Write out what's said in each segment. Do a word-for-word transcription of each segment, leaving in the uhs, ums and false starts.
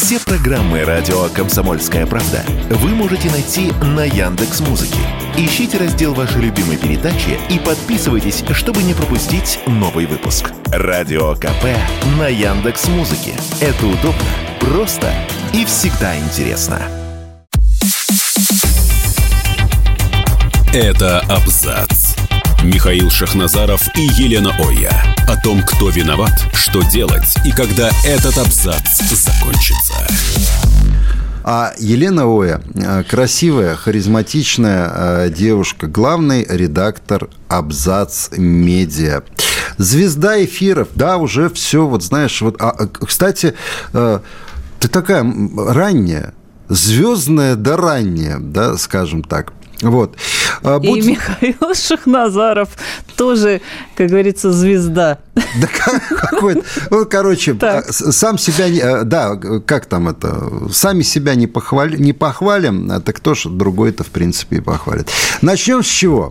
Все программы радио «Комсомольская правда» вы можете найти на Яндекс.Музыке. Ищите раздел вашей любимой передачи и подписывайтесь, чтобы не пропустить новый выпуск. Радио КП на Яндекс.Музыке. Это удобно, просто и всегда интересно. Это абзац. Михаил Шахназаров и Елена Оя. О том, кто виноват, что делать и когда этот абзац закончится. А Елена Оя, красивая, харизматичная девушка, главный редактор «Абзац Медиа». Звезда эфиров, да, уже все, вот знаешь, вот, а, кстати, ты такая ранняя, звездная да ранняя, да, скажем так. Вот. И Будь... Михаил Шахназаров тоже, как говорится, звезда. Да какой-то... Ну, короче, так. сам себя... Да, как там это? Сами себя не, похвали... не похвалим, а так кто ж другой-то, в принципе, и похвалит. Начнем с чего?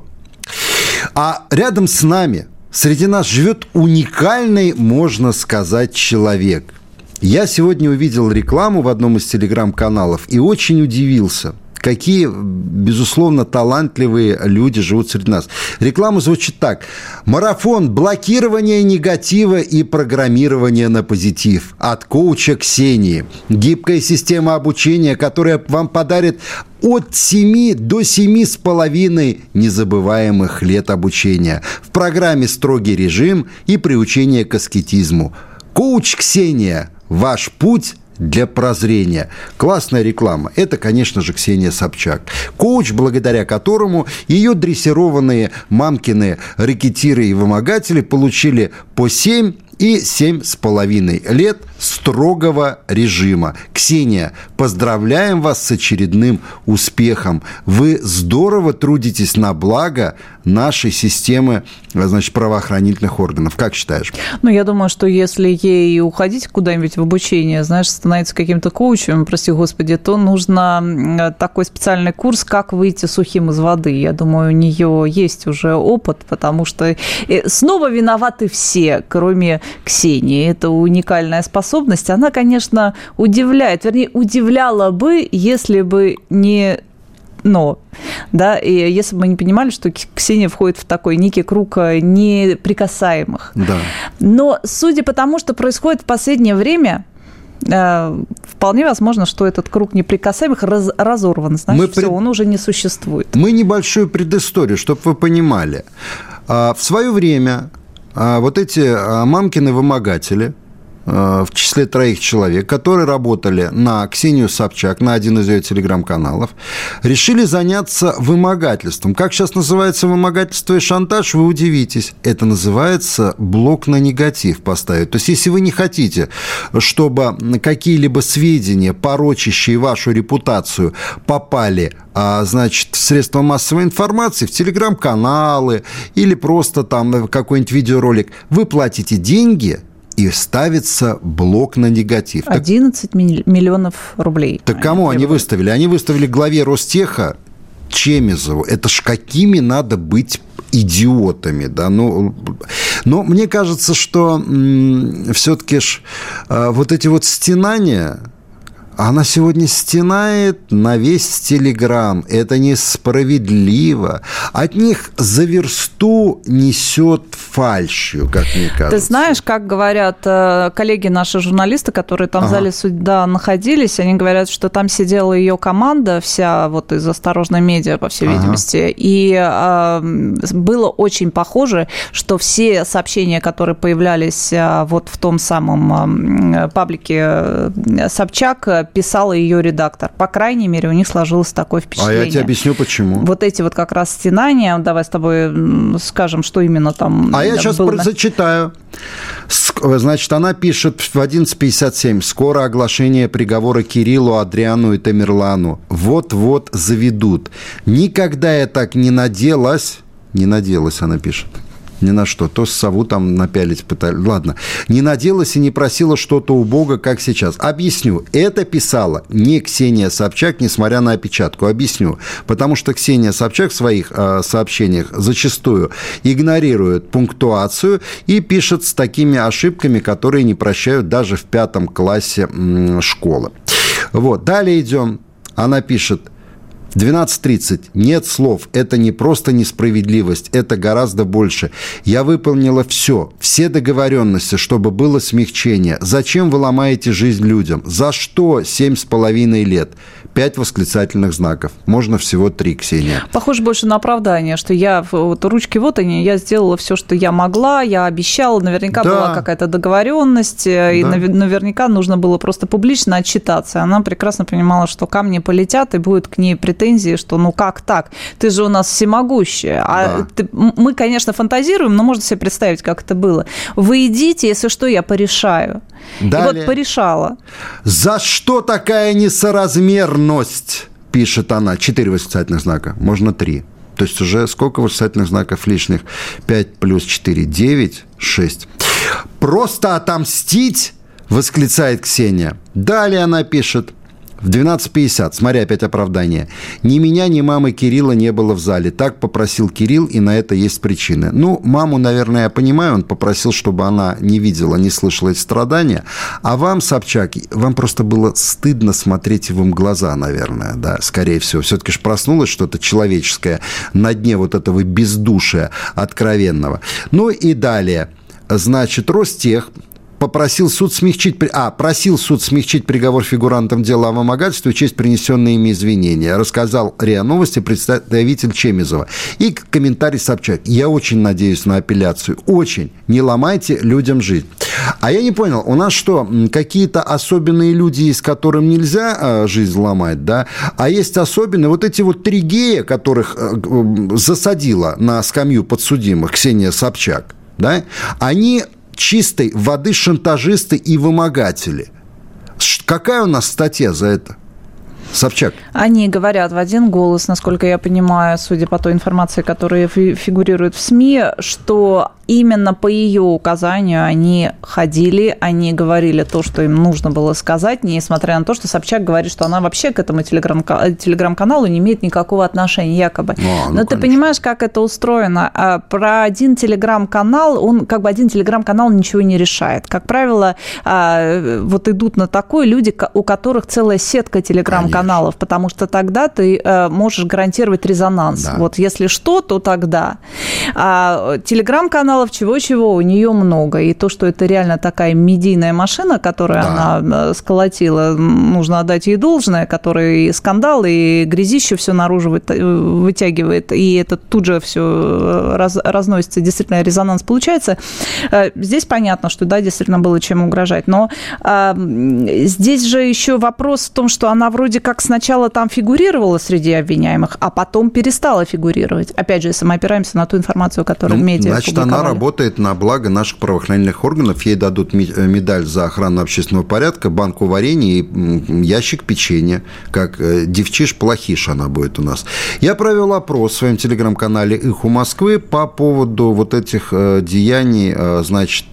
А рядом с нами, среди нас живет уникальный, можно сказать, человек. Я сегодня увидел рекламу в одном из телеграм-каналов и очень удивился. Какие, безусловно, талантливые люди живут среди нас. Реклама звучит так. Марафон блокирования негатива и программирования на позитив. От коуча Ксении. Гибкая система обучения, которая вам подарит от семи до семи с половиной незабываемых лет обучения. В программе «Строгий режим» и приучение к аскетизму. Коуч Ксения. Ваш путь для прозрения. Классная реклама. Это, конечно же, Ксения Собчак. Коуч, благодаря которому ее дрессированные мамкины рэкетиры и вымогатели получили по семь и семь с половиной лет строгого режима. Ксения, поздравляем вас с очередным успехом. Вы здорово трудитесь на благо нашей системы, значит, правоохранительных органов. Как считаешь? Ну, я думаю, что если ей уходить куда-нибудь в обучение, знаешь, становиться каким-то коучем, прости господи, то нужно такой специальный курс, как выйти сухим из воды. Я думаю, у нее есть уже опыт, потому что снова виноваты все, кроме Ксении. Это уникальная способность. Она, конечно, удивляет. Вернее, удивляла бы, если бы не... Но, да, и если бы мы не понимали, что Ксения входит в такой некий круг неприкасаемых. Да. Но судя по тому, что происходит в последнее время, вполне возможно, что этот круг неприкасаемых раз, разорван. Значит, мы все, пред... он уже не существует. Мы небольшую предысторию, чтобы вы понимали. В свое время вот эти мамкины-вымогатели, в числе троих человек, которые работали на Ксению Собчак, на один из ее телеграм-каналов, решили заняться вымогательством. Как сейчас называется вымогательство и шантаж, вы удивитесь. Это называется блок на негатив поставить. То есть, если вы не хотите, чтобы какие-либо сведения, порочащие вашу репутацию, попали, значит, в средства массовой информации, в телеграм-каналы или просто там какой-нибудь видеоролик, вы платите деньги, и ставится блок на негатив. одиннадцать миллионов рублей. Так кому они выставили? Они выставили главе Ростеха Чемизову. Это ж какими надо быть идиотами, да? Ну, но мне кажется, что м- все-таки ж э, вот эти вот стенания... Она сегодня стенает на весь Телеграм. Это несправедливо. От них за версту несет фальшью, как мне кажется. Ты знаешь, как говорят коллеги наши журналисты, которые там ага. в зале суда находились, они говорят, что там сидела ее команда вся вот из «Осторожной медиа», по всей ага. видимости, и э, было очень похоже, что все сообщения, которые появлялись э, вот в том самом э, паблике Собчак, писала ее редактор. По крайней мере, у них сложилось такое впечатление. А я тебе объясню, почему. Вот эти вот как раз стенания, давай с тобой скажем, что именно там А я сейчас было. зачитаю. Значит, она пишет в одиннадцать пятьдесят семь. Скоро оглашение приговора Кириллу, Адриану и Тамерлану. Вот-вот заведут. Никогда я так не наделась. Не наделась, она пишет. Ни на что. То сову там напялить пытались. Ладно. Не наделась и не просила что-то у Бога, как сейчас. Объясню. Это писала не Ксения Собчак, несмотря на опечатку. Объясню. Потому что Ксения Собчак в своих э, сообщениях зачастую игнорирует пунктуацию и пишет с такими ошибками, которые не прощают даже в пятом классе м, школы. Вот, далее идем. Она пишет. В двенадцать тридцать. Нет слов. Это не просто несправедливость. Это гораздо больше. Я выполнила все. Все договоренности, чтобы было смягчение. Зачем вы ломаете жизнь людям? За что семь с половиной лет? Пять восклицательных знаков. Можно всего три, Ксения. Похоже больше на оправдание, что я, вот ручки вот они, я сделала все, что я могла, я обещала, наверняка да. была какая-то договоренность, да. и наверняка нужно было просто публично отчитаться. Она прекрасно понимала, что камни полетят, и будет к ней претензии, что ну как так? Ты же у нас всемогущая. А да. ты, мы, конечно, фантазируем, но можно себе представить, как это было. Вы идите, если что, я порешаю. Далее. И вот порешала. За что такая несоразмерность? Пишет она. Четыре восклицательных знака. Можно три. То есть уже сколько восклицательных знаков лишних? Пять плюс четыре. Девять. Шесть. Просто отомстить? Восклицает Ксения. Далее она пишет. В двенадцать пятьдесят, смотри, опять оправдание. Ни меня, ни мамы Кирилла не было в зале. Так попросил Кирилл, и на это есть причины. Ну, маму, наверное, я понимаю. Он попросил, чтобы она не видела, не слышала эти страдания. А вам, Собчак, вам просто было стыдно смотреть его в глаза, наверное, да, скорее всего. Все-таки же проснулось что-то человеческое на дне вот этого бездушия откровенного. Ну и далее. Значит, Ростех попросил суд смягчить, а, просил суд смягчить приговор фигурантам дела о вымогательстве, учесть принесенные ими извинения. Рассказал РИА Новости представитель Чемизова. И комментарий Собчак. Я очень надеюсь на апелляцию. Очень. Не ломайте людям жизнь. А я не понял, у нас что, какие-то особенные люди есть, которым нельзя жизнь ломать, да? А есть особенные, вот эти вот три гея, которых засадила на скамью подсудимых Ксения Собчак, да? Они чистой воды шантажисты и вымогатели. Какая у нас статья за это? Собчак. Они говорят в один голос, насколько я понимаю, судя по той информации, которая фигурирует в СМИ, что именно по ее указанию они ходили, они говорили то, что им нужно было сказать, несмотря на то, что Собчак говорит, что она вообще к этому телеграм- телеграм-каналу не имеет никакого отношения, якобы. А, ну, Но конечно. Ты понимаешь, как это устроено? Про один телеграм-канал, он как бы один телеграм-канал ничего не решает. Как правило, вот идут на такое люди, у которых целая сетка телеграм-каналов. Каналов, потому что тогда ты э, можешь гарантировать резонанс. Да. Вот если что, то тогда. А телеграм-каналов чего-чего у нее много. И то, что это реально такая медийная машина, которую да. она сколотила, нужно отдать ей должное, которая и скандал, и грязище все наружу вытягивает, и это тут же все раз, разносится, действительно резонанс получается. Здесь понятно, что да, действительно было чем угрожать. Но а, здесь же еще вопрос в том, что она вроде как сначала там фигурировала среди обвиняемых, а потом перестала фигурировать. Опять же, если мы опираемся на ту информацию, которую ну, в медиа значит, она работает на благо наших правоохранительных органов. Ей дадут медаль за охрану общественного порядка, банку варенья и ящик печенья. Как девчиш-плохиш она будет у нас. Я провел опрос в своем телеграм-канале «Иху Москвы» по поводу вот этих деяний, значит,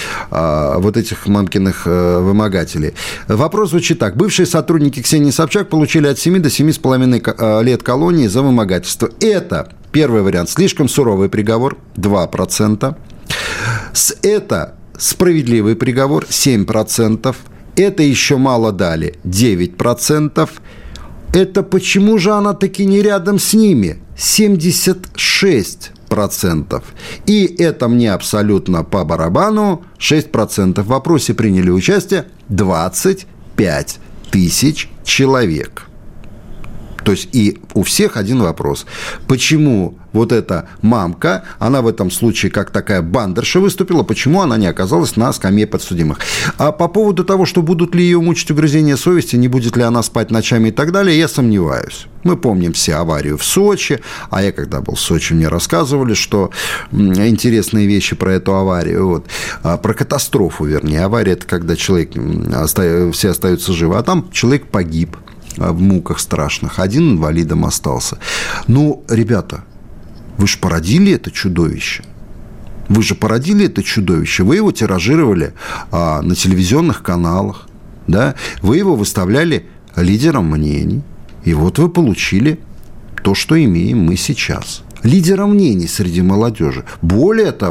вот этих мамкиных вымогателей. Вопрос звучит так. Бывшие сотрудники Ксении Собчак получили от семи до семи с половиной лет колонии за вымогательство. Это первый вариант. Слишком суровый приговор. два процента. Это справедливый приговор. семь процентов. Это еще мало дали. девять процентов. Это почему же она таки не рядом с ними? семьдесят шесть процентов. И это мне абсолютно по барабану. шесть процентов. В вопросе приняли участие двадцать пять тысяч человек. То есть и у всех один вопрос. Почему вот эта мамка, она в этом случае как такая бандерша выступила, почему она не оказалась на скамье подсудимых? А по поводу того, что будут ли ее мучить угрызения совести, не будет ли она спать ночами и так далее, я сомневаюсь. Мы помним все аварию в Сочи, а я когда был в Сочи, мне рассказывали, что интересные вещи про эту аварию, вот, про катастрофу, вернее. Авария – это когда человек, все остаются живы, а там человек погиб в муках страшных, один инвалидом остался. Ну, ребята, вы же породили это чудовище. Вы же породили это чудовище. Вы его тиражировали а, на телевизионных каналах, да? Вы его выставляли лидером мнений. И вот вы получили то, что имеем мы сейчас. Лидером мнений среди молодежи. Более того,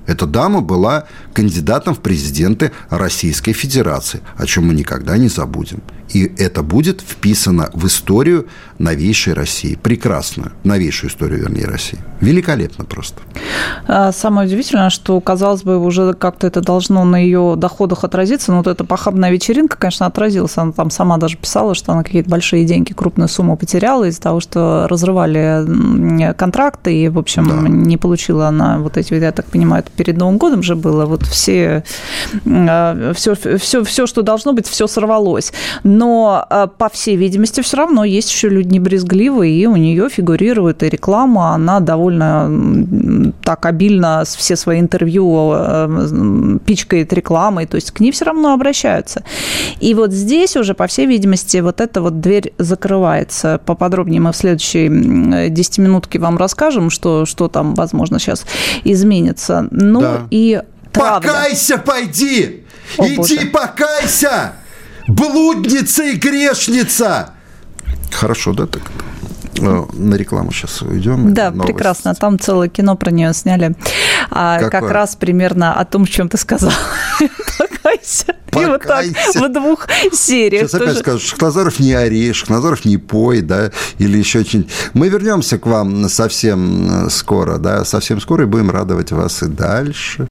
Эта дама была кандидатом в президенты Российской Федерации, о чем мы никогда не забудем. И это будет вписано в историю новейшей России. Прекрасную, новейшую историю, вернее, России. Великолепно просто. Самое удивительное, что, казалось бы, уже как-то это должно на ее доходах отразиться. Но вот эта похабная вечеринка, конечно, отразилась. Она там сама даже писала, что она какие-то большие деньги, крупную сумму потеряла из-за того, что разрывали контракты. И, в общем, да. не получила она вот эти, я так понимаю, перед Новым годом же было. Вот все, все, все, все, что должно быть, все сорвалось. Но, по всей видимости, все равно есть еще люди небрезгливые, и у нее фигурирует и реклама, она довольно так обильно все свои интервью пичкает рекламой, то есть к ней все равно обращаются. И вот здесь уже, по всей видимости, вот эта вот дверь закрывается. Поподробнее мы в следующей десятиминутке вам расскажем, что, что там, возможно, сейчас изменится. Ну да. и правда. Покайся, пойди! О, Иди, Боже. покайся! Блудница и грешница! Хорошо, да, так? На рекламу сейчас уйдем. Да, новость. Прекрасно. Там целое кино про нее сняли. А, как раз примерно о том, о чем ты сказал. Покайся. И вот так в двух сериях. Сейчас опять скажу, Шахназаров не ори, Шахназаров не пой, да, или еще очень... Мы вернемся к вам совсем скоро, да, совсем скоро и будем радовать вас и дальше.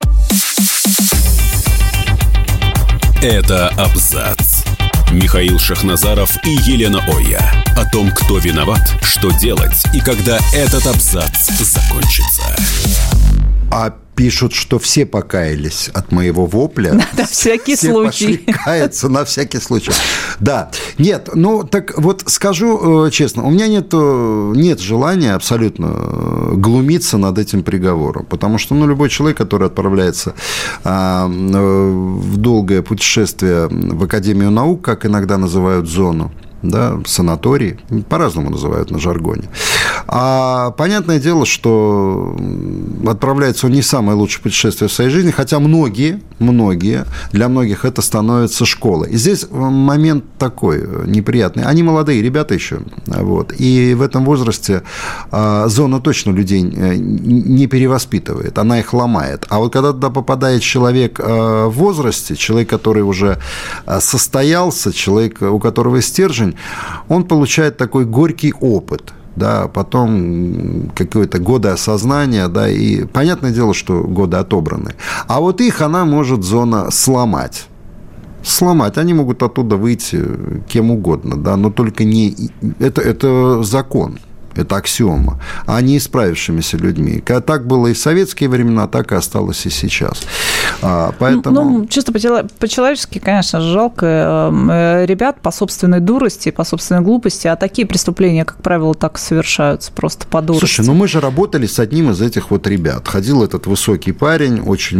Это «Абзац». Михаил Шахназаров и Елена Оя. О том, кто виноват, что делать и когда этот абзац закончится. А пишут, что все покаялись от моего вопля. На всякий все случай. Пошли каяться на всякий случай. Да. Нет, ну, так вот скажу честно, у меня нет, нет желания абсолютно глумиться над этим приговором, потому что, ну, любой человек, который отправляется а, в долгое путешествие в Академию наук, как иногда называют зону, да, санаторий, по-разному называют на жаргоне. А понятное дело, что отправляется он не в самое лучшее путешествие в своей жизни, хотя многие, многие, для многих это становится школой. И здесь момент такой неприятный. Они молодые ребята еще, вот, и в этом возрасте зона точно людей не перевоспитывает, она их ломает. А вот когда туда попадает человек в возрасте, человек, который уже состоялся, человек, у которого стержень, он получает такой горький опыт, да, потом какие-то годы осознания, да, и понятное дело, что годы отобраны. А вот их она может, зона, сломать. Сломать. Они могут оттуда выйти кем угодно, да, но только не... Это, это закон. Это аксиома, а не исправившимися людьми. Так было и в советские времена, так и осталось и сейчас. Поэтому... Ну, чисто по-человечески, конечно, жалко ребят по собственной дурости, по собственной глупости, а такие преступления, как правило, так совершаются просто по дурости. Слушай, ну мы же работали с одним из этих вот ребят. Ходил этот высокий парень, очень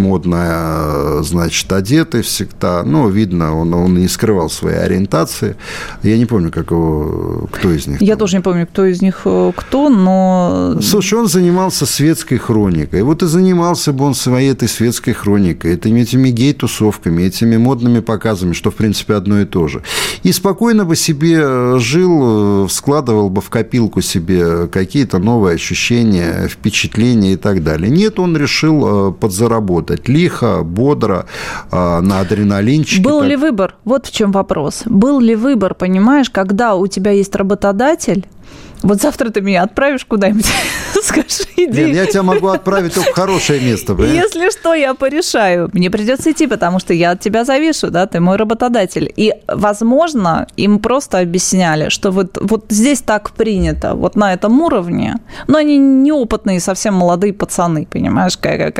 модно, значит, одетый всегда. Ну, видно, он, он не скрывал своей ориентации. Я не помню, как его, кто из них. Я там. тоже не помню, кто из них кто, но... Слушай, он занимался светской хроникой. Вот и занимался бы он своей этой светской хроникой, этими, этими гей-тусовками, этими модными показами, что, в принципе, одно и то же. И спокойно бы себе жил, складывал бы в копилку себе какие-то новые ощущения, впечатления и так далее. Нет, он решил подзаработать лихо, бодро, на адреналинчике. Был так... ли выбор? Вот в чем вопрос. Был ли выбор, понимаешь, когда у тебя есть работодатель? Вот завтра ты меня отправишь куда-нибудь, скажи, иди. Нет, я тебя могу отправить только в хорошее место. Понимаешь? Если что, я порешаю. Мне придется идти, потому что я от тебя завишу, да, ты мой работодатель. И, возможно, им просто объясняли, что вот, вот здесь так принято, вот на этом уровне. Но они неопытные, совсем молодые пацаны, понимаешь?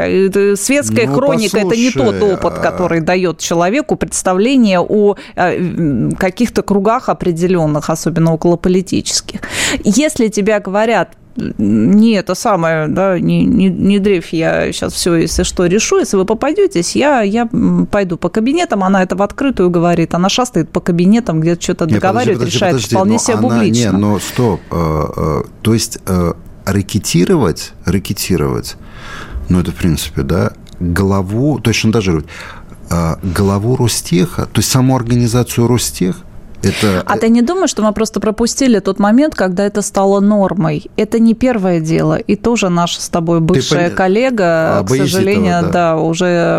Светская ну, хроника – это не тот опыт, который дает человеку представление о каких-то кругах определенных, особенно околополитических. Если тебя говорят, не это самое, да, не, не, не дрейфь, я сейчас все, если что, решу, если вы попадетесь, я, я пойду по кабинетам, она это в открытую говорит, она шастает по кабинетам, где-то что-то договаривает, подожди, решает подожди, вполне себе она, публично. Не, но стоп, то есть рэкетировать, рэкетировать, ну это в принципе, да, главу, то есть шантажировать, главу Ростеха, то есть саму организацию Ростех, Это... А ты не думаешь, что мы просто пропустили тот момент, когда это стало нормой? Это не первое дело. И тоже наша с тобой бывшая пон... коллега, а, к сожалению, да. Да, уже э,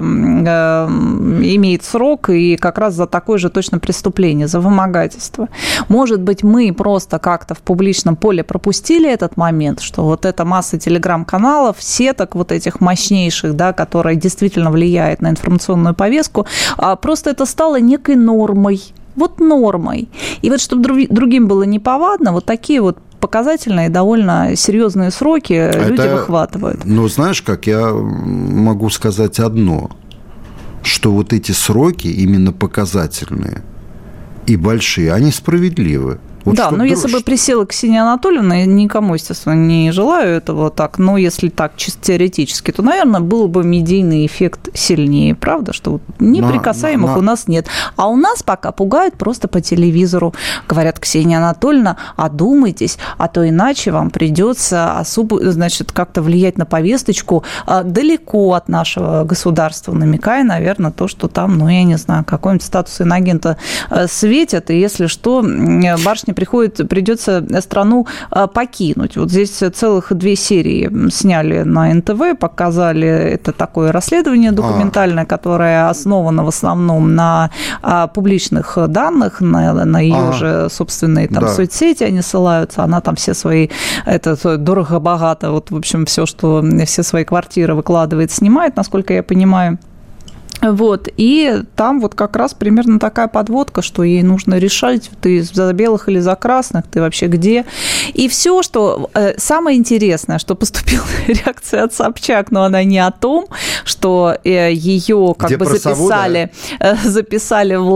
имеет срок, и как раз за такое же точно преступление, за вымогательство. Может быть, мы просто как-то в публичном поле пропустили этот момент, что вот эта масса телеграм-каналов, сеток вот этих мощнейших, да, которая действительно влияет на информационную повестку, а просто это стало некой нормой. Вот нормой. И вот чтобы другим было неповадно, вот такие вот показательные, довольно серьезные сроки это, люди выхватывают. Ну, знаешь, как я могу сказать одно, что вот эти сроки именно показательные и большие, они справедливы. Вот да, но если бы присела Ксения Анатольевна, никому, естественно, не желаю этого так, но если так чисто теоретически, то, наверное, был бы медийный эффект сильнее, правда, что вот неприкасаемых на, на, у нас нет. А у нас пока пугают просто по телевизору. Говорят, Ксения Анатольевна, одумайтесь, а то иначе вам придется особо, значит, как-то влиять на повесточку далеко от нашего государства, намекая, наверное, то, что там, ну, я не знаю, какой-нибудь статус иноагента светит, и если что, барышня приходит, придется страну покинуть. Вот здесь целых две серии сняли на эн тэ вэ, показали это такое расследование документальное, а. которое основано в основном на публичных данных, на, на ее а. же собственные там, да. соцсети они ссылаются, она там все свои, это дорого-богато, вот, в общем, все, что все свои квартиры выкладывает, снимает, насколько я понимаю. Вот, и там вот как раз примерно такая подводка, что ей нужно решать, ты за белых или за красных, ты вообще где. И все, что... Самое интересное, что поступила реакция от Собчак, но она не о том, что ее как где бы записали, сову, да? записали в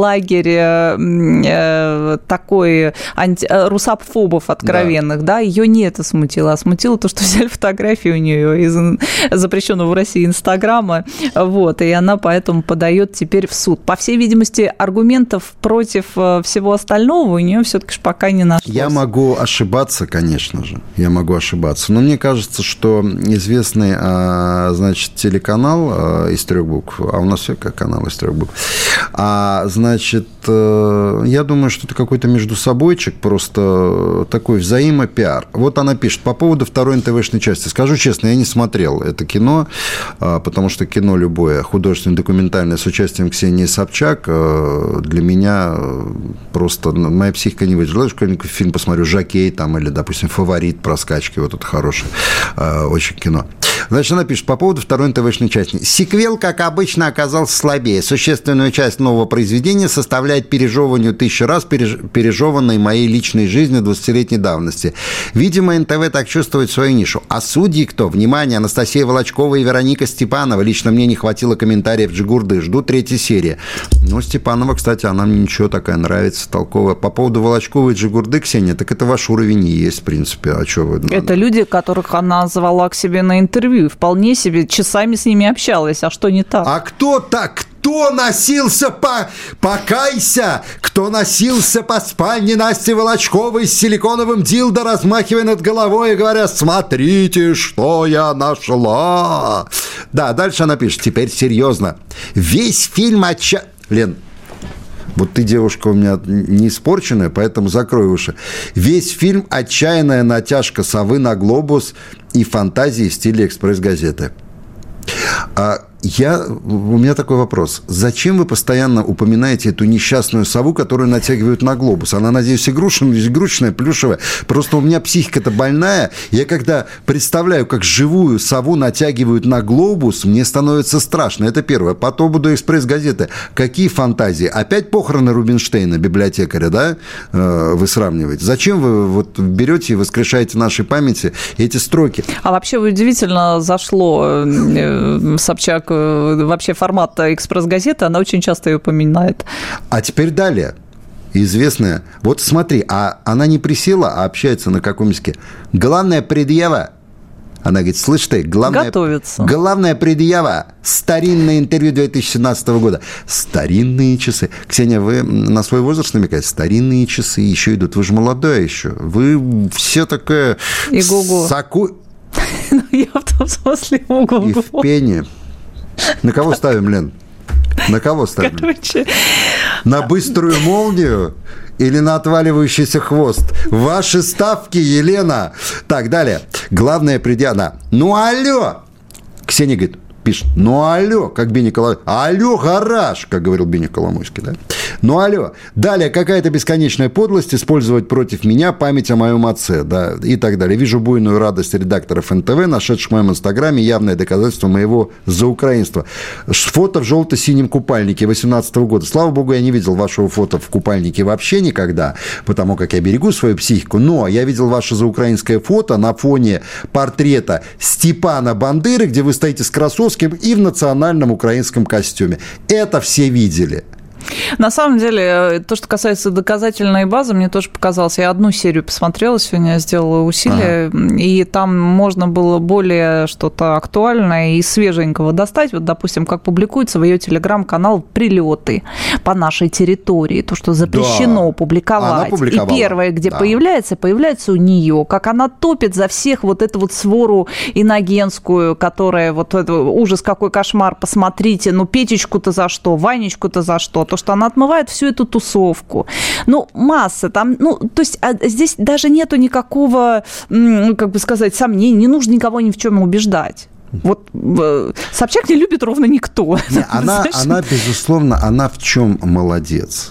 лагерь такой анти... русофобов откровенных, да. да, ее не это смутило, а смутило то, что взяли фотографии у нее из запрещенного в России Инстаграма, вот, и она поэтому подает теперь в суд. По всей видимости, аргументов против всего остального у нее все-таки пока не нашлось. Я могу ошибаться, конечно же. Я могу ошибаться. Но мне кажется, что известный, значит, телеканал из трех букв, а у нас все как канал из трех букв, а, значит, я думаю, что это какой-то междусобойчик, просто такой взаимопиар. Вот она пишет по поводу второй эн тэ вэ-шной части. Скажу честно, я не смотрел это кино, потому что кино любое, художественный документ с участием Ксении Собчак для меня просто моя психика не выдержала. Какой-нибудь фильм посмотрю, «Жокей» там, или, допустим, «Фаворит» про скачки. Вот это хорошее очень кино. Значит, она пишет по поводу второй эн тэ вэ-шной части. Сиквел, как обычно, оказался слабее. Существенную часть нового произведения составляет пережевывание тысячи раз переж... пережеванной моей личной жизни двадцатилетней давности. Видимо, эн тэ вэ так чувствует свою нишу. А судьи кто? Внимание, Анастасия Волочкова и Вероника Степанова. Лично мне не хватило комментариев Джигурды. Жду третьей серии. Ну, Степанова, кстати, она мне ничего такая нравится, толковая. По поводу Волочковой и Джигурды, Ксения, так это ваш уровень и есть, в принципе. А что вы... Это люди, которых она звала к себе на интервью. Вполне себе часами с ними общалась. А что не так? А кто так? Кто носился по... Покайся! Кто носился по спальне Насти Волочковой с силиконовым дилдо, размахивая над головой и говоря: смотрите, что я нашла. Да, дальше она пишет. Теперь серьезно. Весь фильм отча... Лен, вот ты, девушка, у меня не испорченная, поэтому закрой уши. Весь фильм отчаянная натяжка совы на глобус и фантазии в стиле «Экспресс-газеты». А я, у меня такой вопрос. Зачем вы постоянно упоминаете эту несчастную сову, которую натягивают на глобус? Она, надеюсь, игрушечная, игрушечная, плюшевая. Просто у меня психика-то больная. Я когда представляю, как живую сову натягивают на глобус, мне становится страшно. Это первое. По поводу «Экспресс-газеты». Какие фантазии? Опять похороны Рубинштейна, библиотекаря, да? Вы сравниваете. Зачем вы вот берете и воскрешаете в нашей памяти эти строки? А вообще удивительно зашло Собчак вообще формат «Экспресс-газеты», она очень часто ее упоминает. А теперь далее. Известная. Вот смотри, а она не присела, а общается на каком языке. Главная предъява. Она говорит: слышь ты, главная, готовится. Главная предъява. Старинное интервью две тысячи семнадцатого года. Старинные часы. Ксения, вы на свой возраст намекаете? Старинные часы еще идут. Вы же молодая еще. Вы все такая... И гугу. Соку... Ну, я в том смысле гугу. И в пене. На кого ставим, Лен? На кого ставим? Короче... На быструю молнию или на отваливающийся хвост? Ваши ставки, Елена. Так, далее. Главное, придя... Да. Ну, алло! Ксения говорит, пишет, ну, алло, как Беня Коломойский. Алло, гараж, как говорил Беня Коломойский, да? Ну, алло. Далее, какая-то бесконечная подлость использовать против меня память о моем отце, да, и так далее. Вижу буйную радость редакторов эн тэ вэ, нашедших в моем инстаграме явное доказательство моего заукраинства. Фото в желто-синем купальнике восемнадцатого года. Слава богу, я не видел вашего фото в купальнике вообще никогда, потому как я берегу свою психику, но я видел ваше заукраинское фото на фоне портрета Степана Бандеры, где вы стоите с Красовским и в национальном украинском костюме. Это все видели. На самом деле, то, что касается доказательной базы, мне тоже показалось. Я одну серию посмотрела сегодня, я сделала усилия, ага. и там можно было более что-то актуальное и свеженького достать. Вот, допустим, как публикуется в ее телеграм-канал прилеты по нашей территории, то, что запрещено да. публиковать. И первое, где да. появляется, появляется у нее, как она топит за всех вот эту вот свору инагенскую, которая вот это, ужас, какой кошмар, посмотрите, ну, Петечку-то за что, Ванечку-то за что, то, что она отмывает всю эту тусовку. Ну, масса там, ну, то есть а здесь даже нету никакого, как бы сказать, сомнений, не нужно никого ни в чем убеждать. Вот э, Собчак не любит ровно никто. Не, она, она, безусловно, она в чем молодец.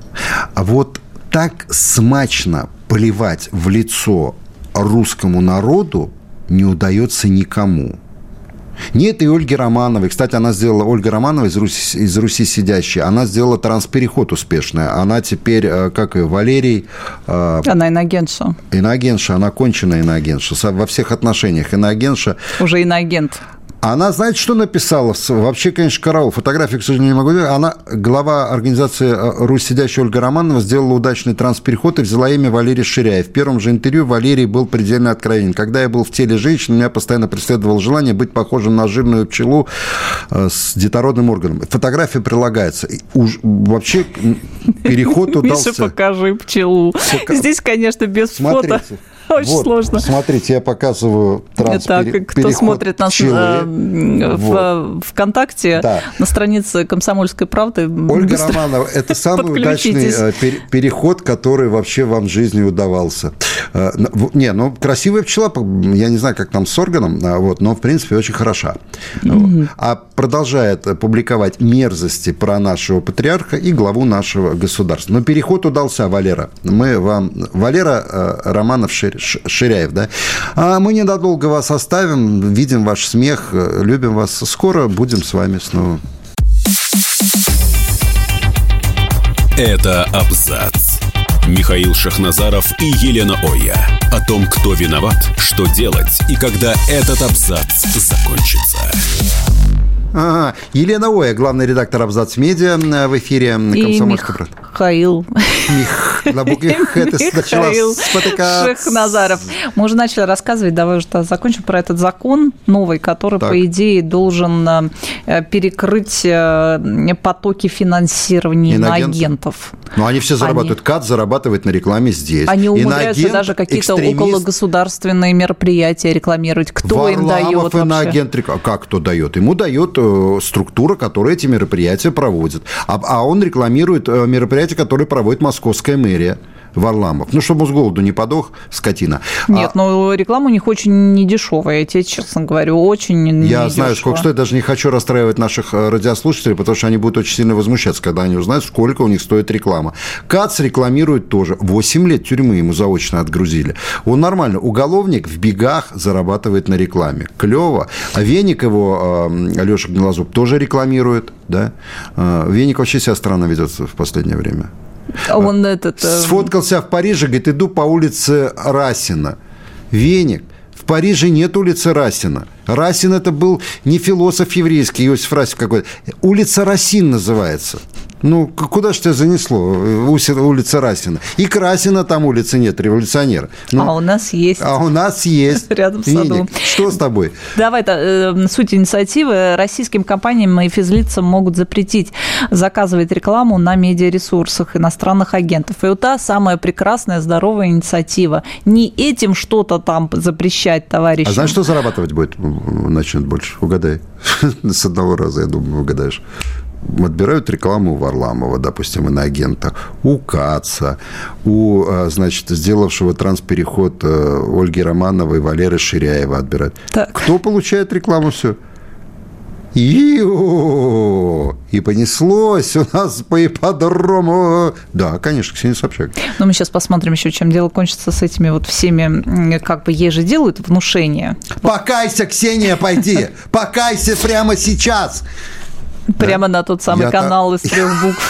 А вот так смачно поливать в лицо русскому народу не удается никому. Нет, и Ольги Романовой. Кстати, она сделала, Ольга Романова из Руси, из Руси сидящая, она сделала транспереход успешный. Она теперь, как и Валерий... Она иноагентша. Иноагентша, она конченая иноагентша. Во всех отношениях иноагентша. Уже иноагент. Она, знаете, что написала? Вообще, конечно, караул. Фотографию, к сожалению, не могу видеть. Она, глава организации «Русь сидящая» Ольга Романова, сделала удачный транспереход и взяла имя Валерий Ширяев. В первом же интервью Валерий был предельно откровенен. Когда я был в теле женщины, меня постоянно преследовало желание быть похожим на жирную пчелу с детородным органом. Фотография прилагается. Уж, вообще, переход удался. Миша, покажи пчелу. Пока... Здесь, конечно, без Смотрите. фото. Очень вот, сложно. Смотрите, я показываю транспереход. Так, кто смотрит нас в вот. ВКонтакте, да. на странице «Комсомольской правды». Ольга Романова, это самый удачный переход, который вообще вам в жизни удавался. Не, ну, красивая пчела, я не знаю, как там с органом, вот, но, в принципе, очень хороша. Mm-hmm. А продолжает публиковать мерзости про нашего патриарха и главу нашего государства. Но переход удался, Валера. Мы вам... Валера Романов Ширяев, да? А мы ненадолго вас оставим, видим ваш смех, любим вас. Скоро будем с вами снова. Это абзац. Михаил Шахназаров и Елена Оя. О том, кто виноват, что делать и когда этот абзац закончится. Ага. Елена Оя, главный редактор «Абзац Медиа» в эфире «Комсомольской правды». Михаил. Мих. На букве «Х» ты начала спотыкаться. Шахназаров. Мы уже начали рассказывать, давай уже закончим про этот закон новый, который, так. по идее, должен перекрыть потоки финансирования иноагентов. Ну, они все зарабатывают. Они... КАТ зарабатывает на рекламе здесь. Они умудряются Иноагент, даже какие-то экстремист... окологосударственные мероприятия рекламировать. Кто Варламов им дает иноагент, вообще? Как кто дает? Ему дает структура, которая эти мероприятия проводит. А, а он рекламирует мероприятия, которые проводит московская мэрия. Варламов. Ну, чтобы он с голоду не подох, скотина. Нет, а... но реклама у них очень недешевая, я тебе честно говорю, очень недешевая. Я знаю, сколько стоит, даже не хочу расстраивать наших радиослушателей, потому что они будут очень сильно возмущаться, когда они узнают, сколько у них стоит реклама. КАЦ рекламирует тоже. восемь лет тюрьмы ему заочно отгрузили. Он нормально. Уголовник в бегах зарабатывает на рекламе. Клево. А Веник его, Алеша Гнилозуб, тоже рекламирует. Да? Веник вообще себя странно ведет в последнее время. Он этот... Сфоткался в Париже, говорит, иду по улице Расина. Веник. В Париже нет улицы Расина. Расин – это был не философ еврейский, Иосиф Расин какой-то. Улица Расин называется. Ну, куда же тебя занесло? Улица Расина. И Красина там улицы нет, революционера. Ну, а у нас есть. А у нас есть. Рядом с садом. Что с тобой? Давай, э, суть инициативы. Российским компаниям и физлицам могут запретить заказывать рекламу на медиаресурсах иностранных агентов. И вот та самая прекрасная, здоровая инициатива. Не этим что-то там запрещать, товарищи. А знаешь, что зарабатывать будет? Начнет больше. Угадай. С одного раза, я думаю, угадаешь. отбирают рекламу у Варламова, допустим, иноагента, у Каца, у, значит, сделавшего транспереход Ольги Романовой, Валеры Ширяева отбирают. Так. Кто получает рекламу? Все. И-о-о-о! И понеслось у нас по ипподрому. Да, конечно, Ксения Собчак. Но мы сейчас посмотрим еще, чем дело кончится с этими вот всеми, как бы ей же делают внушение. Покайся, Ксения, пойди! Покайся прямо сейчас! Прямо да? на тот самый я канал та... из трех букв.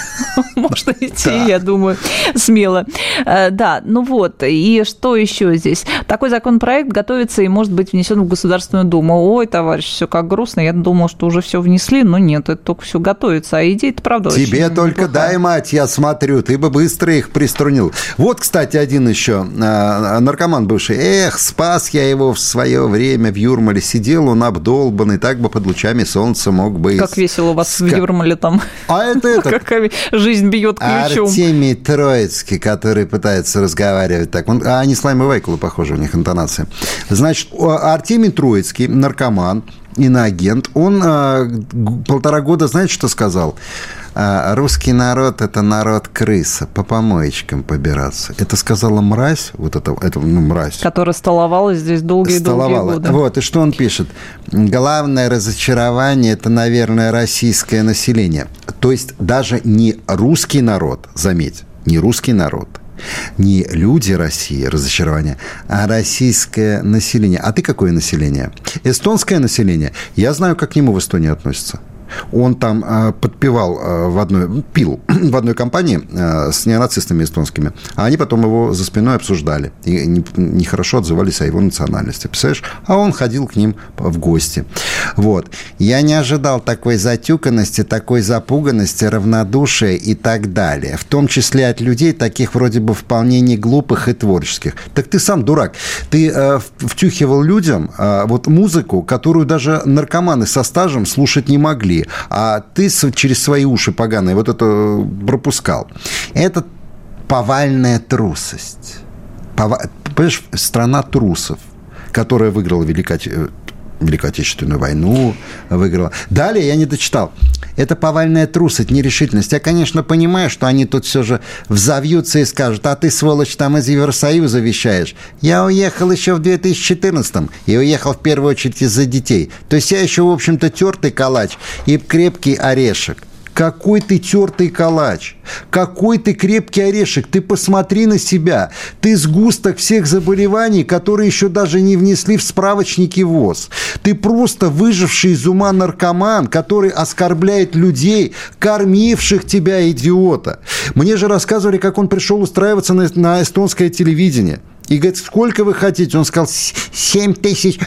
Можно идти, да. Я думаю, смело. Да, ну вот, и что еще здесь? Такой законопроект готовится и может быть внесен в Государственную Думу. Ой, товарищ, все как грустно. Я думал, что уже все внесли, но нет, это только все готовится. А идея-то, правда, очень Тебе только неплохая. Дай, мать, я смотрю, ты бы быстро их приструнил. Вот, кстати, один еще наркоман бывший. Эх, спас я его в свое время в Юрмале. Сидел он обдолбанный, так бы под лучами солнца мог бы... Как весело у вас Ска... в Юрмале там. А это это... Какая жизнь бьет ключом. Артемий Троицкий, который пытается разговаривать так. Он... А они с Лаймой Вайкулой похожи, у них интонация. Значит, Артемий Троицкий, наркоман, иноагент, он а, полтора года, знаете, что сказал? А, русский народ – это народ крыса, по помоечкам побираться. Это сказала мразь, вот это, это ну, мразь. Которая столовалась здесь долгие-долгие годы. Вот, и что он пишет? Главное разочарование – это, наверное, российское население. То есть даже не русский народ, заметь, не русский народ, не люди России, разочарование, а российское население. А ты какое население? Эстонское население. Я знаю, как к нему в Эстонии относятся. Он там э, подпевал э, в одной, пил в одной компании э, с неонацистами эстонскими, а они потом его за спиной обсуждали и нехорошо не отзывались о его национальности. Представляешь? А он ходил к ним в гости. Вот. Я не ожидал такой затюканности, такой запуганности, равнодушия и так далее. В том числе от людей, таких вроде бы вполне не глупых и творческих. Так ты сам дурак. Ты э, втюхивал людям э, вот музыку, которую даже наркоманы со стажем слушать не могли. А ты через свои уши поганые вот это пропускал. Это повальная трусость. Пова... Понимаешь, страна трусов, которая выиграла Великой... Великую Отечественную войну, выиграла. Далее я не дочитал. Это повальная трусость, нерешительность. Я, конечно, понимаю, что они тут все же взовьются и скажут: а ты, сволочь, там из Евросоюза вещаешь. Я уехал еще в две тысячи четырнадцатом и уехал в первую очередь из-за детей. То есть я еще, в общем-то, тертый калач и крепкий орешек. Какой ты тертый калач, какой ты крепкий орешек, ты посмотри на себя. Ты сгусток всех заболеваний, которые еще даже не внесли в справочники ВОЗ. Ты просто выживший из ума наркоман, который оскорбляет людей, кормивших тебя, идиота. Мне же рассказывали, как он пришел устраиваться на, на эстонское телевидение. И говорит: сколько вы хотите? Он сказал: семь тысяч.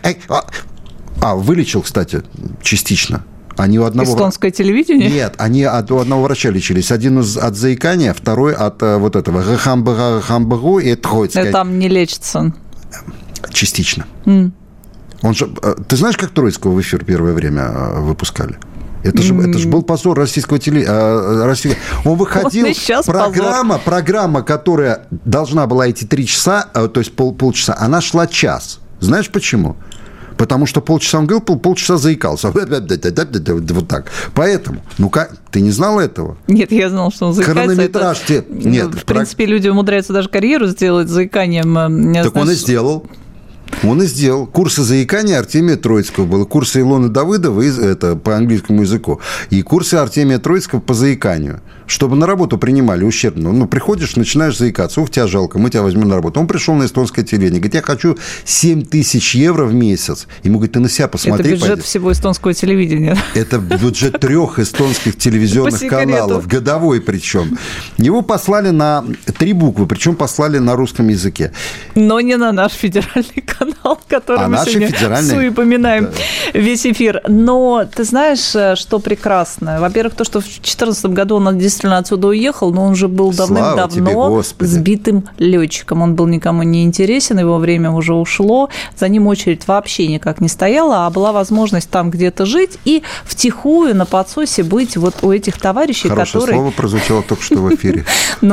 А, вылечил, кстати, частично. Они у одного... Эстонское телевидение? Нет, они от, у одного врача лечились. Один из, от заикания, второй от вот этого гахамбагу и Троицкой. Там не лечится? Частично. Mm. Он же, ты знаешь, как Троицкого в эфир первое время выпускали? Это же, mm. это же был позор российского телевидения. Он выходил, вот программа, программа, которая должна была идти три часа, то есть пол, полчаса, она шла час. Знаешь почему? Потому что полчаса он говорил, пол, полчаса заикался. Вот так. Поэтому, ну как, ты не знал этого? Нет, я знал, что он заикается. Хронометраж тебе... Нет, в принципе, люди умудряются даже карьеру сделать заиканием. Так он и сделал. Он и сделал. Курсы заикания Артемия Троицкого было. Курсы Илоны Давыдовой, это по английскому языку. И курсы Артемия Троицкого по заиканию. Чтобы на работу принимали ущербно. Ну, приходишь, начинаешь заикаться. Ух, тебя жалко, мы тебя возьмем на работу. Он пришел на эстонское телевидение. Говорит: я хочу семь тысяч евро в месяц. Ему говорит: ты на себя посмотри. Это бюджет пойди. Всего эстонского телевидения. Это бюджет трех эстонских телевизионных каналов. Годовой причем. Его послали на три буквы. Причем послали на русском языке. Но не на наш федеральный канал, который а мы сегодня федеральный... упоминаем да. весь эфир. Но ты знаешь, что прекрасно? Во-первых, то, что в две тысячи четырнадцатом году он действительно отсюда уехал, но он же был давным-давно сбитым летчиком. Он был никому не интересен, его время уже ушло. За ним очередь вообще никак не стояла, а была возможность там где-то жить и втихую на подсосе быть вот у этих товарищей, Хорошее которые... слово прозвучало только что в эфире. Ну,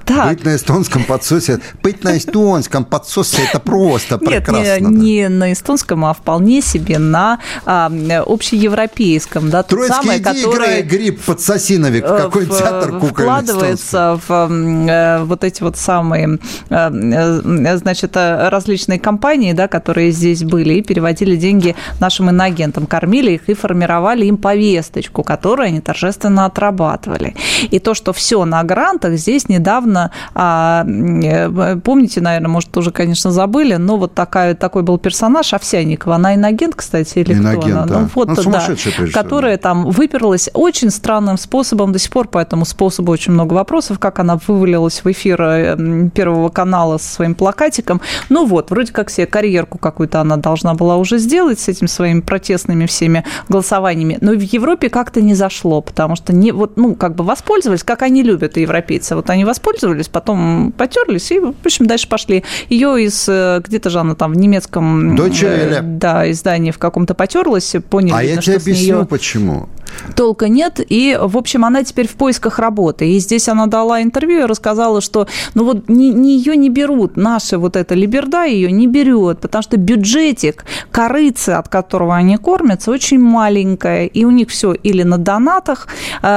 Так. Быть на эстонском подсосе, быть на эстонском подсосе – это просто Нет, прекрасно. Не, не на эстонском, а вполне себе на а, общеевропейском. Да, Троицкие идеи, играя гриб подсосиновик, в какой в, театр кукольный вкладывается в э, вот эти вот самые, э, значит, различные компании, да, которые здесь были, и переводили деньги нашим иноагентам, кормили их и формировали им повесточку, которую они торжественно отрабатывали. И то, что все на грантах, здесь недавно, а, помните, наверное, может, уже, конечно, забыли, но вот такая, такой был персонаж Овсянникова, она иноагент, кстати, или Инагент, кто она? да. Ну, вот, ну, да, которая там выперлась очень странным способом, до сих пор по этому способу очень много вопросов, как она вывалилась в эфир Первого канала со своим плакатиком. Ну вот, вроде как себе карьерку какую-то она должна была уже сделать с этими своими протестными всеми голосованиями, но в Европе как-то не зашло, потому что не, вот, ну, как бы воспользовались, как они любят, европейцы. Вот они воспользовались, потом потерлись и, в общем, дальше пошли. Ее из, где-то же она там в немецком э, да, издании в каком-то потерлась, поняли, а видно, я что тебе объясню, нее... почему. Толка нет, и, в общем, она теперь в поисках работы. И здесь она дала интервью и рассказала, что ну вот не, не ее не берут, наша вот эта либерда ее не берет, потому что бюджетик корыцы, от которого они кормятся, очень маленькая, и у них все или на донатах,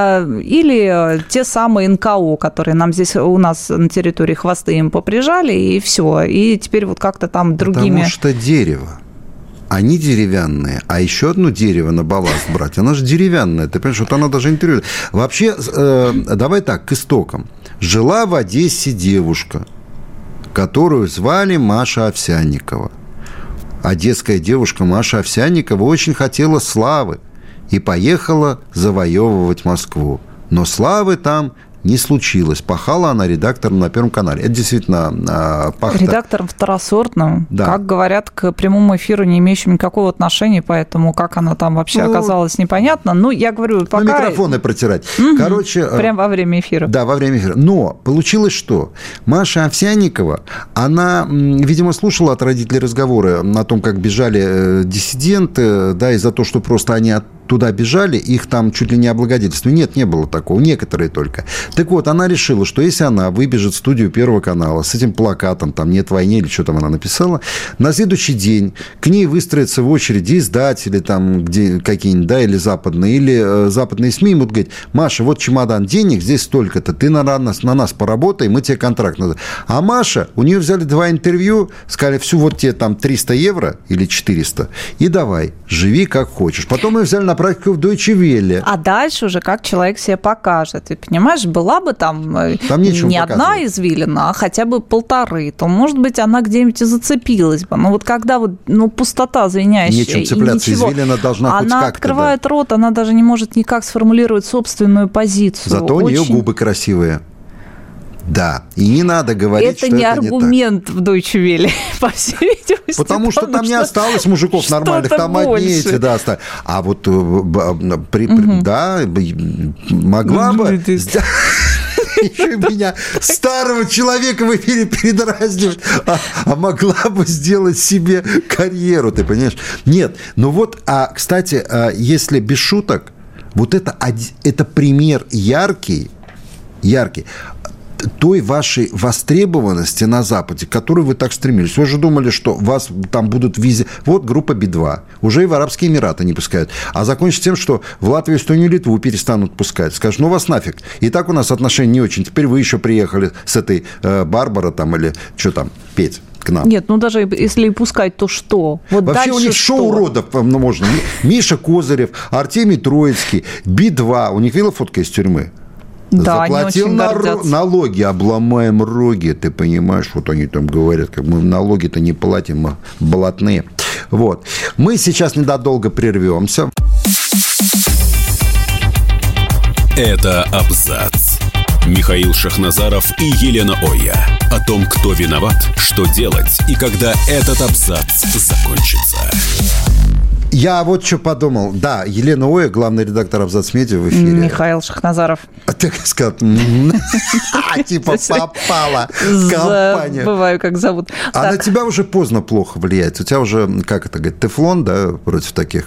или те самые эн ка о, которые нам здесь у нас на территории хвосты им поприжали, и все. И теперь вот как-то там другими... Потому что дерево. Они деревянные, а еще одно дерево на балласт брать, она же деревянная, ты понимаешь, вот она даже интервью... Вообще, э, давай так, к истокам. Жила в Одессе девушка, которую звали Маша Овсянникова. Одесская девушка Маша Овсянникова очень хотела славы и поехала завоевывать Москву. Но славы там не случилось. Пахала она редактором на Первом канале. Это действительно пахта. Редактором второсортным. Да. Как говорят, к прямому эфиру не имеющим никакого отношения, поэтому как она там вообще ну, оказалась, непонятно. Ну, я говорю, пока... Ну, микрофоны протирать. Угу. Короче... Прямо во время эфира. Да, во время эфира. Но получилось что? Маша Овсянникова, она, видимо, слушала от родителей разговоры о том, как бежали диссиденты, да, из-за того, что просто они от туда бежали, их там чуть ли не облагодетельствовали. Нет, не было такого, некоторые только. Так вот, она решила, что если она выбежит в студию Первого канала с этим плакатом, там «Нет войны» или что там она написала, на следующий день к ней выстроятся в очереди издатели там где какие-нибудь, да, или западные, или э, западные СМИ, и будут говорить: Маша, вот чемодан денег, здесь столько-то, ты на нас, на нас поработай, мы тебе контракт надо. А Маша, у нее взяли два интервью, сказали: всю вот тебе там триста евро или четыреста, и давай, живи как хочешь. Потом ее взяли на практику в Deutsche Welle. А дальше уже как человек себе покажет. Ты понимаешь, была бы там, там не одна извилина, а хотя бы полторы, то, может быть, она где-нибудь и зацепилась бы. Но вот когда вот, ну, пустота звенящая, нечем цепляться, и ничего, извилина должна хоть она как-то, открывает да. рот, она даже не может никак сформулировать собственную позицию. Зато Очень... у нее губы красивые. Да, и не надо говорить, это что не это аргумент не в Deutsche Welle, по всей видимости. Потому что там не осталось мужиков нормальных, там одни эти, да, остались. А вот, при, угу. да, могла бы... Еще меня, старого человека, в эфире передразнивать, а, а могла бы сделать себе карьеру, ты понимаешь? Нет, ну вот, а, кстати, если без шуток, вот это, это пример яркий, яркий, той вашей востребованности на Западе, к которой вы так стремились. Вы же думали, что вас там будут везде... Вот группа Би два. Уже и в Арабские Эмираты не пускают. А закончится тем, что в Латвию, Эстонию, Литву перестанут пускать. Скажут: ну вас нафиг. И так у нас отношения не очень. Теперь вы еще приехали с этой э, Барбара там или что там, петь к нам. Нет, ну даже если и пускать, то что? Вот вообще у них что? Шоу уродов, ну, можно. Миша Козырев, Артемий Троицкий, Би два. У них видела фотка из тюрьмы? Да, заплатил они очень на гордятся. налоги, обломаем роги, ты понимаешь, вот они там говорят, как мы налоги-то не платим, мы блатные. Вот. Мы сейчас недолго прервемся. Это абзац. Михаил Шахназаров и Елена Оя. О том, кто виноват, что делать и когда этот абзац закончится. Я вот что подумал. Да, Елена Оя, главный редактор «Абзац Медиа» в эфире. Михаил Шахназаров. А ты сказал, типа попала компания. Забываю, как зовут. А на тебя уже поздно плохо влияет. У тебя уже, как это говорить, тефлон, да, против таких,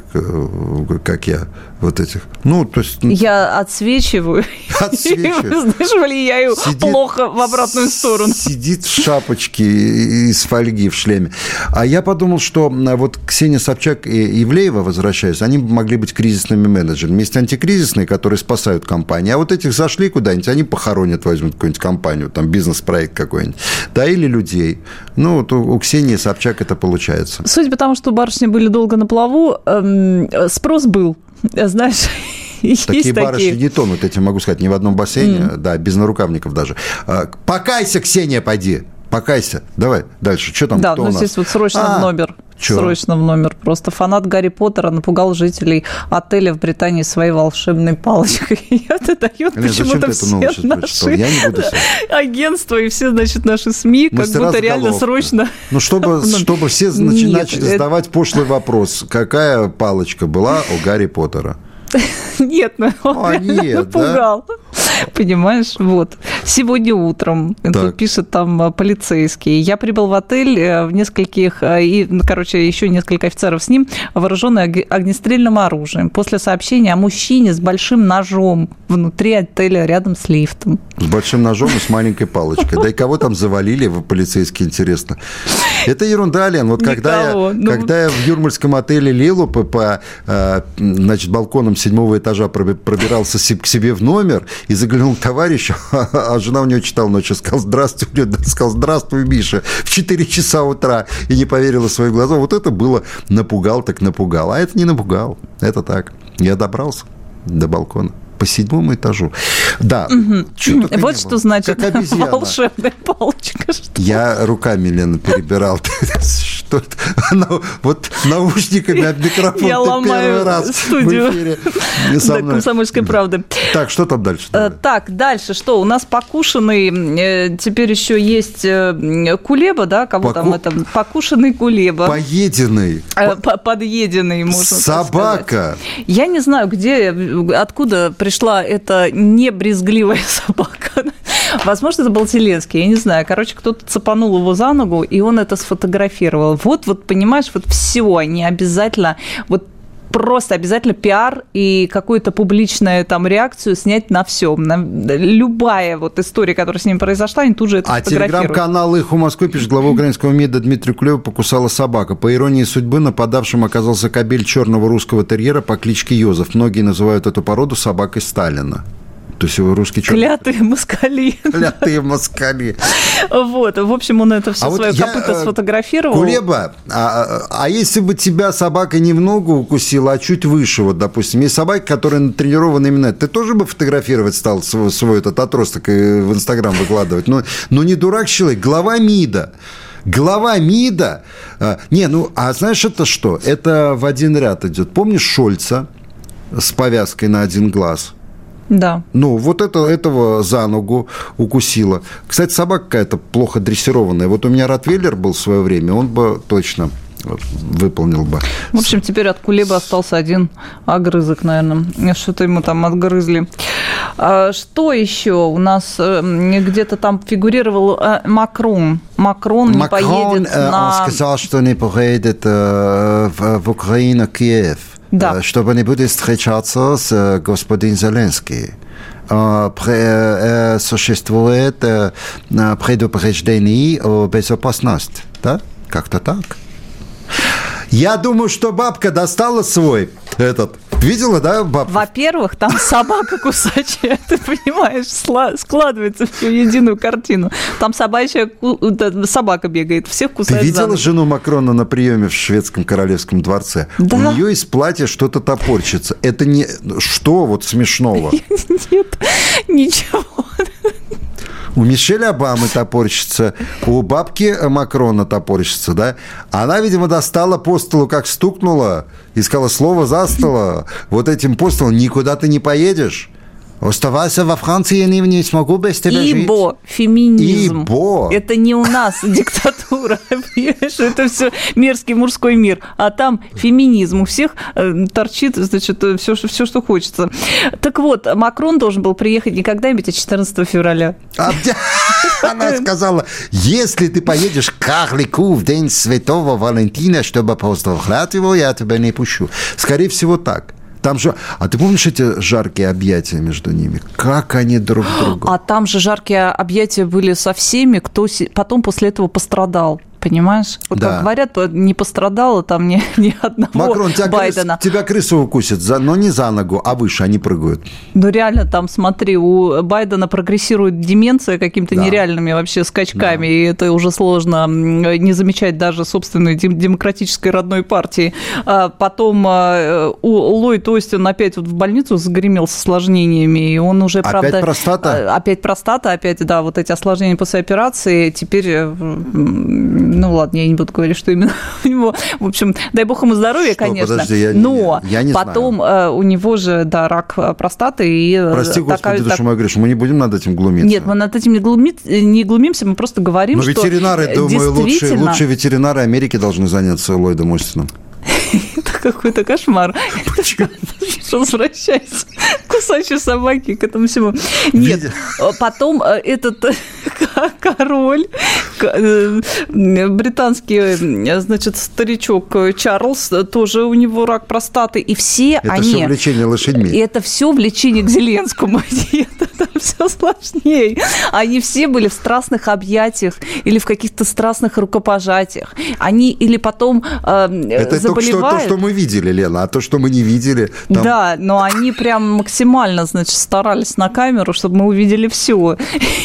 как я, вот этих. Ну, то есть... Я отсвечиваю. Отсвечиваю. Знаешь, влияю плохо в обратную сторону. Сидит в шапочке из фольги в шлеме. А я подумал, что вот Ксения Собчак и Ивлеева, возвращаясь, они могли быть кризисными менеджерами. Есть антикризисные, которые спасают компании. А вот этих зашли куда-нибудь, они похоронят, возьмут какую-нибудь компанию, там бизнес-проект какой-нибудь. Да, или людей. Ну, вот у, у Ксении Собчак это получается. Судя по тому, что барышни были долго на плаву, эм, спрос был, знаешь... Такие барышни такие. Не тонут, я тебе могу сказать, ни в одном бассейне, mm. да, без нарукавников даже. Покайся, Ксения, пойди. Покайся. Давай дальше. Что там? Да, кто ну у нас? Здесь вот срочно а, в номер. Чё? Срочно в номер. Просто фанат Гарри Поттера напугал жителей отеля в Британии своей волшебной палочкой. И это дает Лен, почему-то все наши Я не буду агентства и все, значит, наши СМИ как будто реально головка. Срочно... Ну, чтобы, чтобы все начали Нет, задавать это... пошлый вопрос. Какая палочка была у Гарри Поттера? Нет, ну он а, нет, напугал. Да? Понимаешь, вот. Сегодня утром, тут пишет там полицейский, я прибыл в отель в нескольких, и, короче, еще несколько офицеров с ним, вооруженные огнестрельным оружием. После сообщения о мужчине с большим ножом внутри отеля рядом с лифтом. С большим ножом и с маленькой палочкой. Да и кого там завалили, полицейские, интересно. Это ерунда, Лен. Вот когда я, ну... когда я в юрмальском отеле «Лилу» по, по значит, балконам седьмого этажа пробирался к себе в номер и заглянул к товарищу, а жена у него читала ночью, сказал, здравствуй, сказал, здравствуй, Миша, в четыре часа утра, и не поверила своим глазам. Вот это было напугал, так напугал. А это не напугал, это так. Я добрался до балкона. По седьмому этажу. Да. Угу. Вот что значит волшебная палочка. Я руками, Лена, перебирал. Что это? Вот наушниками об микрофон. Я ломаю студию «Комсомольской правды». Так, что там дальше? Так, дальше что? У нас покушенный, теперь еще есть Кулеба, да? Кого там это? Покушенный Кулеба. Поеденный. Подъеденный, можно сказать. Собака. Я не знаю, где, откуда пришла эта небрезгливая собака. Возможно, это был Зеленский, я не знаю. Короче, кто-то цепанул его за ногу, и он это сфотографировал. Вот, вот, понимаешь, вот все, они обязательно... Вот просто обязательно пиар и какую-то публичную там реакцию снять на все. На любая вот история, которая с ним произошла, они тут же это а фотографируют. А телеграм-канал «Эхо Москвы» пишет, глава украинского МИДа Дмитрий Кулеба покусала собака. По иронии судьбы, нападавшим оказался кобель черного русского терьера по кличке Йозеф. Многие называют эту породу собакой Сталина. То есть его русский черт... Клятые москали. Клятые москали. Вот, в общем, он это все а свое вот копыто я, сфотографировал. Кулеба, а, а если бы тебя собака не в ногу укусила, а чуть выше, вот, допустим, есть собака, которая натренирована именно это, ты тоже бы фотографировать стал свой, свой этот отросток и в Инстаграм выкладывать? Но, но не дурак человек, глава МИДа. Глава МИДа... А, не, ну, а знаешь, это что? Это в один ряд идет. Помнишь Шольца с повязкой на один глаз? Да. Ну, вот это, этого за ногу укусила. Кстати, собака какая-то плохо дрессированная. Вот у меня ротвейлер был в свое время, он бы точно выполнил бы. В общем, теперь от Кулебы остался один огрызок, наверное. Что-то ему там отгрызли. А что еще? У нас где-то там фигурировал Макрон. Макрон не Макрон, поедет э, на... Он сказал, что не поедет э, в, в Украину, Киев. Да. Чтобы не будет встречаться с господином Зеленским. Существует предупреждение о безопасности. Да? Как-то так. Я думаю, что бабка достала свой этот. Видела, да, бабка? Во-первых, там собака кусачая, ты понимаешь, складывается в единую картину. Там собачья собака бегает, всех кусает. Ты видела жену Макрона на приеме в шведском королевском дворце? Да. У нее из платья что-то топорщится. Это не... Что вот смешного? Нет, ничего. У Мишель Обамы топорщится, у бабки Макрона топорщится, да? Она, видимо, достала по столу, как стукнула, и сказала слово за столо. Вот этим по столу никуда ты не поедешь. Оставайся во Франции, я не, не смогу без тебя Ибо жить. Ибо феминизм. Ибо. Это не у нас диктатура. Это все мерзкий мужской мир. А там феминизм. У всех торчит, значит, все, все, что хочется. Так вот, Макрон должен был приехать не когда-нибудь, а четырнадцатого февраля. Она сказала, если ты поедешь к карлику в день Святого Валентина, чтобы поздравлять его, я тебя не пущу. Скорее всего, так. Там же... А ты помнишь эти жаркие объятия между ними? Как они друг друга... А там же жаркие объятия были со всеми, кто потом после этого пострадал. Понимаешь? Вот да. Как говорят, не пострадало там ни, ни одного Макрон, тебя Байдена. Крыс, тебя крыса укусит, за, но не за ногу, а выше они прыгают. Ну, реально, там, смотри, у Байдена прогрессирует деменция какими-то да. нереальными вообще скачками, да. и это уже сложно не замечать даже собственной демократической родной партии. А потом у Ллойд Остин опять вот в больницу загремел с осложнениями, и он уже, опять правда... Опять простата? Опять простата, опять, да, вот эти осложнения после операции. Теперь... Ну, ладно, я не буду говорить, что именно у него. В общем, дай бог ему здоровья, что? Конечно. Подожди, я, но я, я не потом знаю. У него же, да, рак простаты. И Прости, такая, Господи, душа так... моя, говоришь, мы не будем над этим глумиться. Нет, мы над этим не, глуми... не глумимся, мы просто говорим, но что ветеринары, действительно... думаю, лучшие, лучшие ветеринары Америки должны заняться Ллойдом Остином. Это какой-то кошмар. Почему? Возвращайся. Кусачие собаки к этому всему. Нет, потом этот король, британский, значит, старичок Чарльз, тоже у него рак простаты, и все это они... Это все влечение лошадьми. И это все влечение к Зеленскому. Это там все сложнее. Они все были в страстных объятиях или в каких-то страстных рукопожатиях. Они или потом э, это заболевают. Это то, что мы видели, Лена, а то, что мы не видели... Там... Да, но они прям максимально, значит, старались на камеру, чтобы мы увидели все.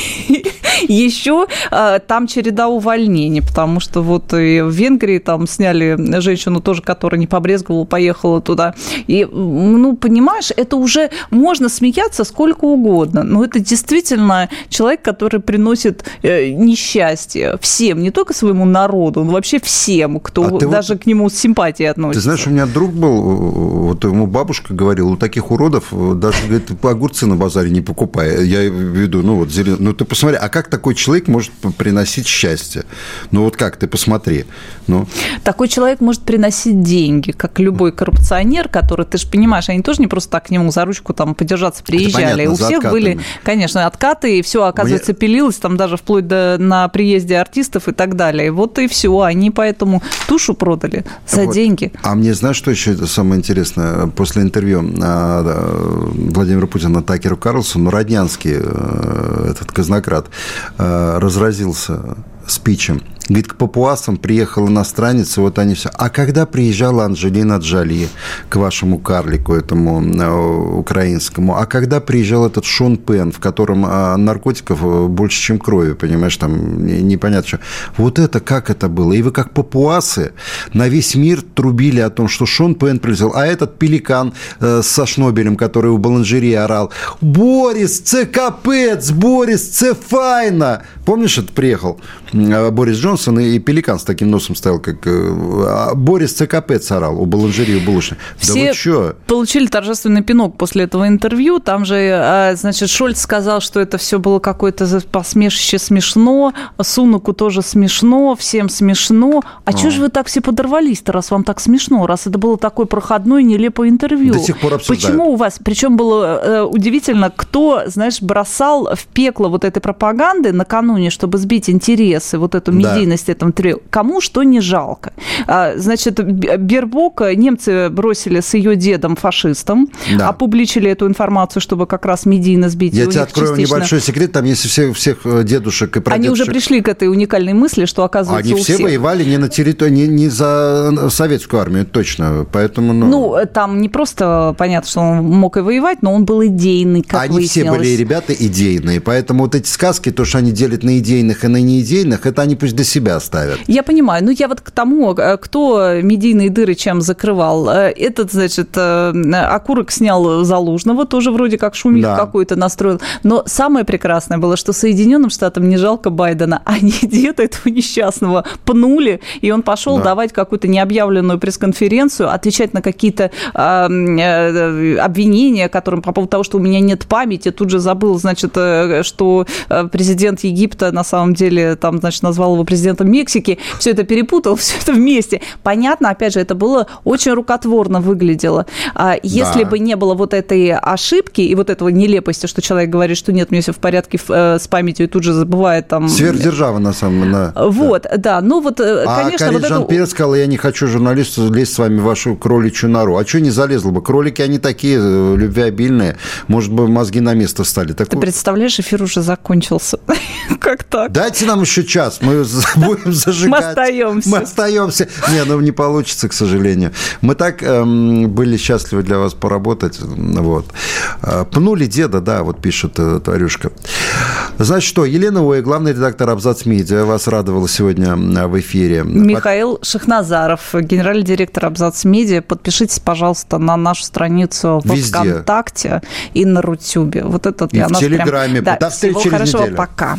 Еще э, там череда увольнений, потому что вот и в Венгрии там сняли женщину тоже, которая не побрезговала, поехала туда. И, ну, понимаешь, это уже можно смеяться сколько угодно, но это действительно человек, который приносит э, несчастье всем, не только своему народу, но вообще всем, кто а даже вот, к нему с симпатией относится. Ты знаешь, у меня друг был, вот ему бабушка говорила, у таких уродов даже, говорит, огурцы на базаре не покупай. Я веду, ну вот, зелен... ну ты посмотри, а как такой человек может приносить счастье? Ну вот как, ты посмотри. Ну. Такой человек может приносить деньги, как любой коррупционер, который, ты же понимаешь, они тоже не просто так к нему за ручку там подержаться приезжали. Понятно, у всех откатами. Были, конечно, откаты, и все, оказывается, мне... пилилось там даже вплоть до на приезде артистов и так далее. И вот и все, они поэтому тушу продали за вот. деньги. А мне знаешь, что еще самое интересное? После интервью Владимира Путина Такеру Карлсону Роднянский, этот казнократ, разразился спичем. Говорит, к папуасам приехал иностранец, и вот они все. А когда приезжала Анджелина Джоли к вашему карлику, этому э, украинскому? А когда приезжал этот Шон Пен, в котором э, наркотиков больше, чем крови, понимаешь, там непонятно что. Вот это, как это было? И вы как папуасы на весь мир трубили о том, что Шон Пен прилетел, а этот пеликан э, со шнобелем, который у Баланжери орал: «Борис, це капец! Борис, це файна!» Помнишь, это приехал э, Борис Джонсон, и пеликан с таким носом стоял, как Борис ЦКП орал у Баланжери, у Булочной. Все да вы чё? Получили торжественный пинок после этого интервью. Там же, значит, Шольц сказал, что это все было какое-то посмешище смешно, Сунуку тоже смешно, всем смешно. А, а. чё же вы так все подорвались-то, раз вам так смешно, раз это было такое проходное, нелепое интервью? До сих пор обсуждают. Почему у вас, причем было э, удивительно, кто, знаешь, бросал в пекло вот этой пропаганды накануне, чтобы сбить интересы, вот эту медийность, да. Этому трио. Кому что не жалко. Значит, Бербок немцы бросили с ее дедом фашистом, да. Опубличили эту информацию, чтобы как раз медийно сбить. Я тебе открою частично... небольшой секрет, там если всех, всех дедушек и прадедушек... Они уже пришли к этой уникальной мысли, что оказывается Они у все всех... воевали не на территории, не, не за советскую армию, точно, поэтому... Ну... ну, там не просто понятно, что он мог и воевать, но он был идейный, как Они выяснилось. все были ребята идейные, поэтому вот эти сказки, то, что они делят на идейных и на неидейных, это они пусть до сих себя ставят. Я понимаю. Ну, я вот к тому, кто медийные дыры чем закрывал. Этот, значит, окурок снял Залужного, тоже вроде как шумик да. какой-то настроил. Но самое прекрасное было, что Соединенным Штатам не жалко Байдена. Они деда этого несчастного пнули, и он пошел да. давать какую-то необъявленную пресс-конференцию, отвечать на какие-то э, обвинения, которым по поводу того, что у меня нет памяти, тут же забыл, значит, что президент Египта на самом деле там, значит, назвал его президентом Мексики, все это перепутал, все это вместе. Понятно, опять же, это было очень рукотворно выглядело. Если да. бы не было вот этой ошибки и вот этого нелепости, что человек говорит, что нет, у меня все в порядке с памятью, и тут же забывает там... Сверхдержава, на самом деле. Вот, да. да. Ну вот, а конечно... Карин вот Жан-Пьер это... сказала, я не хочу, журналисту, лезть с вами в вашу кроличью нору. А что не залезла бы? Кролики, они такие любвеобильные. Может быть, мозги на место встали. Так Ты вот... представляешь, эфир уже закончился. Как так? Дайте нам еще час, мы будем зажигать. Мы остаемся. Мы остаемся. Не, ну не получится, к сожалению. Мы так эм, были счастливы для вас поработать. Вот. Пнули деда, да, вот пишет Тарюшка. Значит что, Елена Оя, главный редактор «Абзац Медиа», вас радовала сегодня в эфире. Михаил Шахназаров, генеральный директор «Абзац Медиа». Подпишитесь, пожалуйста, на нашу страницу в Везде. ВКонтакте и на Рутюбе. Вот это для и нас в Телеграме. Прям... Да, всего через хорошего, неделю. Пока.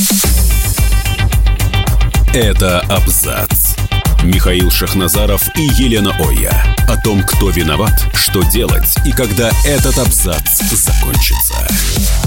Это «Абзац». Михаил Шахназаров и Елена Оя. О том, кто виноват, что делать и когда этот абзац закончится.